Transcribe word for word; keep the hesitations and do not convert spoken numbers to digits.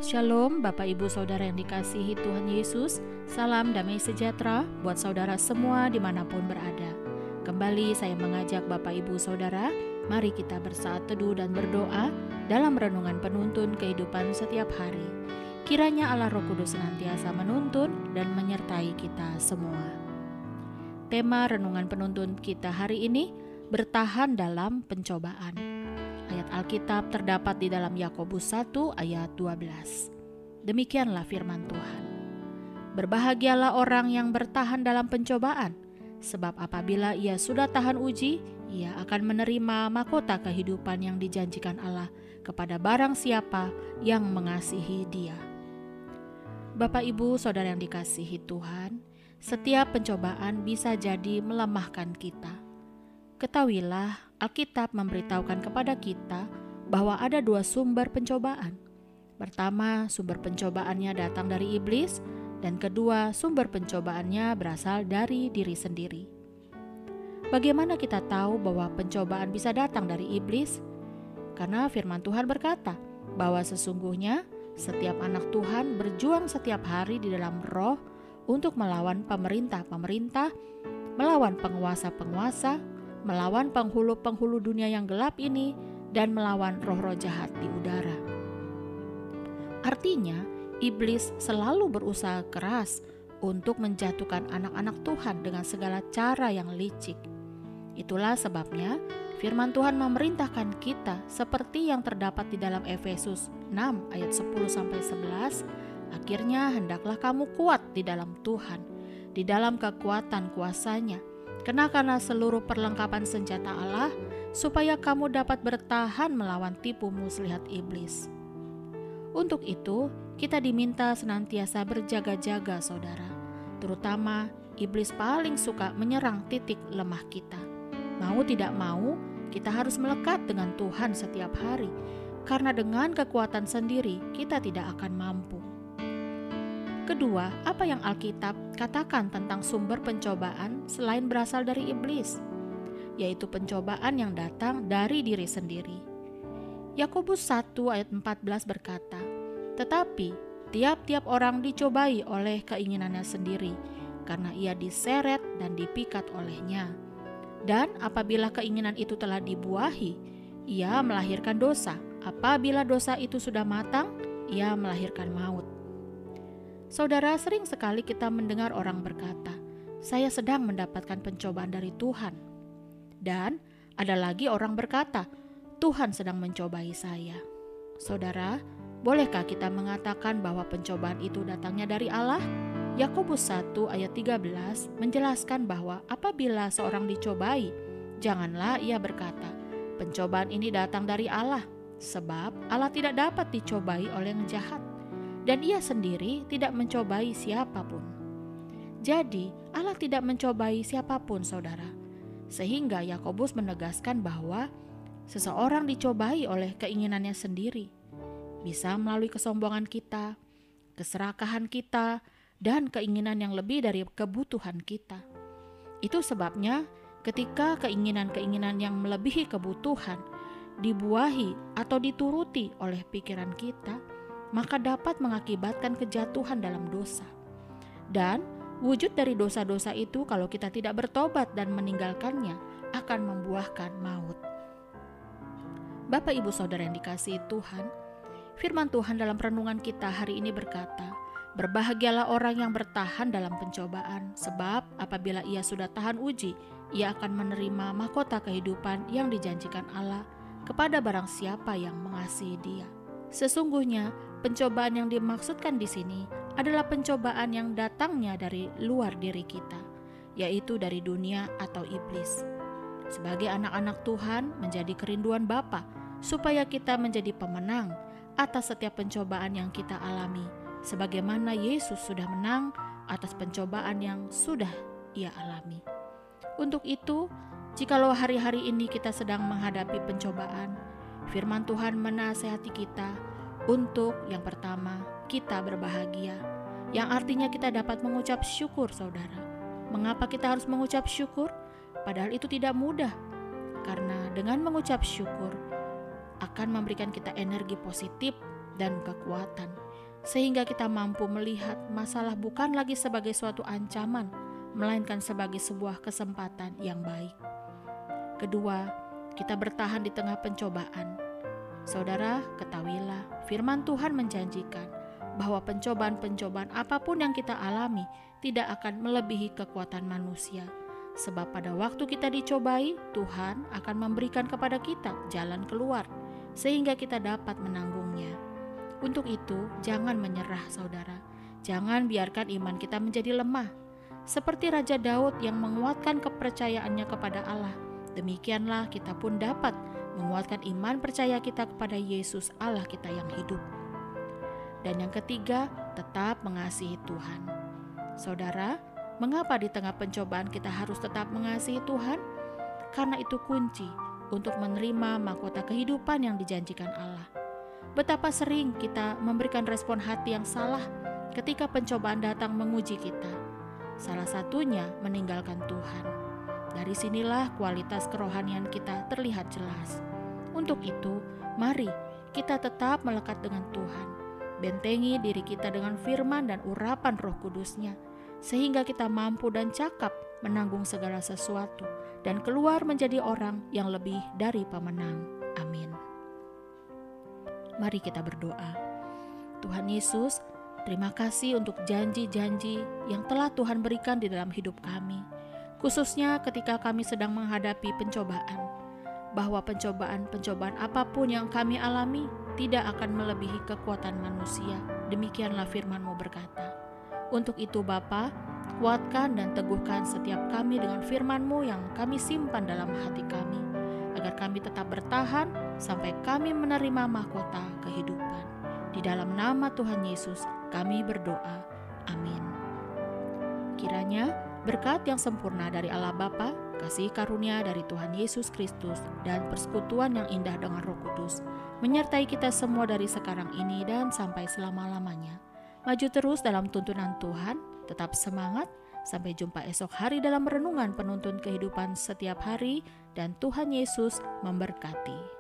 Shalom Bapak Ibu Saudara yang dikasihi Tuhan Yesus. Salam damai sejahtera buat saudara semua dimanapun berada. Kembali saya mengajak Bapak Ibu Saudara, mari kita bersaat teduh dan berdoa dalam renungan penuntun kehidupan setiap hari. Kiranya Allah Roh Kudus senantiasa menuntun dan menyertai kita semua. Tema renungan penuntun kita hari ini, bertahan dalam pencobaan. Ayat Alkitab terdapat di dalam Yakobus satu ayat dua belas. Demikianlah firman Tuhan. Berbahagialah orang yang bertahan dalam pencobaan, sebab apabila ia sudah tahan uji, ia akan menerima mahkota kehidupan yang dijanjikan Allah kepada barang siapa yang mengasihi Dia. Bapak Ibu Saudara yang dikasihi Tuhan, setiap pencobaan bisa jadi melemahkan kita. Ketahuilah, Alkitab memberitahukan kepada kita bahwa ada dua sumber pencobaan. Pertama, sumber pencobaannya datang dari iblis, dan kedua, sumber pencobaannya berasal dari diri sendiri. Bagaimana kita tahu bahwa pencobaan bisa datang dari iblis? Karena firman Tuhan berkata bahwa sesungguhnya setiap anak Tuhan berjuang setiap hari di dalam roh untuk melawan pemerintah-pemerintah, melawan penguasa-penguasa, melawan penghulu-penghulu dunia yang gelap ini, dan melawan roh-roh jahat di udara. Artinya, iblis selalu berusaha keras untuk menjatuhkan anak-anak Tuhan dengan segala cara yang licik. Itulah sebabnya firman Tuhan memerintahkan kita seperti yang terdapat di dalam Efesus enam ayat sepuluh sampai sebelas, akhirnya hendaklah kamu kuat di dalam Tuhan, di dalam kekuatan kuasa-Nya. Kenakanlah seluruh perlengkapan senjata Allah, supaya kamu dapat bertahan melawan tipu muslihat iblis. Untuk itu, kita diminta senantiasa berjaga-jaga, saudara. Terutama, iblis paling suka menyerang titik lemah kita. Mau tidak mau, kita harus melekat dengan Tuhan setiap hari, karena dengan kekuatan sendiri kita tidak akan mampu. Kedua, apa yang Alkitab katakan tentang sumber pencobaan selain berasal dari iblis, yaitu pencobaan yang datang dari diri sendiri. Yakobus satu ayat empat belas berkata, "Tetapi tiap-tiap orang dicobai oleh keinginannya sendiri, karena ia diseret dan dipikat olehnya. Dan apabila keinginan itu telah dibuahi, ia melahirkan dosa. Apabila dosa itu sudah matang, ia melahirkan maut." Saudara, sering sekali kita mendengar orang berkata, "Saya sedang mendapatkan pencobaan dari Tuhan." Dan ada lagi orang berkata, "Tuhan sedang mencobai saya." Saudara, bolehkah kita mengatakan bahwa pencobaan itu datangnya dari Allah? Yakobus satu ayat tiga belas menjelaskan bahwa apabila seorang dicobai, janganlah ia berkata, "Pencobaan ini datang dari Allah," sebab Allah tidak dapat dicobai oleh yang jahat, dan ia sendiri tidak mencobai siapapun. Jadi, Allah tidak mencobai siapapun, saudara. Sehingga Yakobus menegaskan bahwa seseorang dicobai oleh keinginannya sendiri. Bisa melalui kesombongan kita, keserakahan kita, dan keinginan yang lebih dari kebutuhan kita. Itu sebabnya ketika keinginan-keinginan yang melebihi kebutuhan dibuahi atau dituruti oleh pikiran kita, maka dapat mengakibatkan kejatuhan dalam dosa. Dan wujud dari dosa-dosa itu kalau kita tidak bertobat dan meninggalkannya akan membuahkan maut. Bapak Ibu Saudara yang dikasihi Tuhan, firman Tuhan dalam renungan kita hari ini berkata, "Berbahagialah orang yang bertahan dalam pencobaan, sebab apabila ia sudah tahan uji, ia akan menerima mahkota kehidupan yang dijanjikan Allah kepada barang siapa yang mengasihi Dia." Sesungguhnya, pencobaan yang dimaksudkan di sini adalah pencobaan yang datangnya dari luar diri kita, yaitu dari dunia atau iblis. Sebagai anak-anak Tuhan, menjadi kerinduan Bapa supaya kita menjadi pemenang atas setiap pencobaan yang kita alami, sebagaimana Yesus sudah menang atas pencobaan yang sudah Ia alami. Untuk itu, jikalau hari-hari ini kita sedang menghadapi pencobaan, firman Tuhan menasihati kita untuk yang pertama, kita berbahagia, yang artinya kita dapat mengucap syukur, saudara. Mengapa kita harus mengucap syukur? Padahal itu tidak mudah, karena dengan mengucap syukur akan memberikan kita energi positif dan kekuatan. sehingga kita mampu melihat masalah bukan lagi sebagai suatu ancaman, melainkan sebagai sebuah kesempatan yang baik. Kedua, kita bertahan di tengah pencobaan. Saudara, ketahuilah, firman Tuhan menjanjikan bahwa pencobaan-pencobaan apapun yang kita alami tidak akan melebihi kekuatan manusia. Sebab pada waktu kita dicobai, Tuhan akan memberikan kepada kita jalan keluar, sehingga kita dapat menanggungnya. Untuk itu, jangan menyerah saudara. Jangan biarkan iman kita menjadi lemah. Seperti Raja Daud yang menguatkan kepercayaannya kepada Allah, demikianlah kita pun dapat menguatkan iman percaya kita kepada Yesus Allah kita yang hidup. Dan yang ketiga, tetap mengasihi Tuhan. Saudara, mengapa di tengah pencobaan kita harus tetap mengasihi Tuhan? Karena itu kunci untuk menerima mahkota kehidupan yang dijanjikan Allah. Betapa sering kita memberikan respon hati yang salah ketika pencobaan datang menguji kita. Salah satunya meninggalkan Tuhan. Dari sinilah kualitas kerohanian kita terlihat jelas. Untuk itu, mari kita tetap melekat dengan Tuhan. Bentengi diri kita dengan firman dan urapan Roh Kudus-Nya, sehingga kita mampu dan cakap menanggung segala sesuatu dan keluar menjadi orang yang lebih dari pemenang. Amin. Mari kita berdoa. Tuhan Yesus, terima kasih untuk janji-janji yang telah Tuhan berikan di dalam hidup kami, khususnya ketika kami sedang menghadapi pencobaan, bahwa pencobaan-pencobaan apapun yang kami alami tidak akan melebihi kekuatan manusia. Demikianlah firman-Mu berkata. Untuk itu Bapa, kuatkan dan teguhkan setiap kami dengan firman-Mu yang kami simpan dalam hati kami, agar kami tetap bertahan sampai kami menerima mahkota kehidupan. Di dalam nama Tuhan Yesus kami berdoa. Amin. Kiranya berkat yang sempurna dari Allah Bapa, kasih karunia dari Tuhan Yesus Kristus, dan persekutuan yang indah dengan Roh Kudus menyertai kita semua dari sekarang ini dan sampai selama-lamanya. Maju terus dalam tuntunan Tuhan, tetap semangat, sampai jumpa esok hari dalam renungan penuntun kehidupan setiap hari, dan Tuhan Yesus memberkati.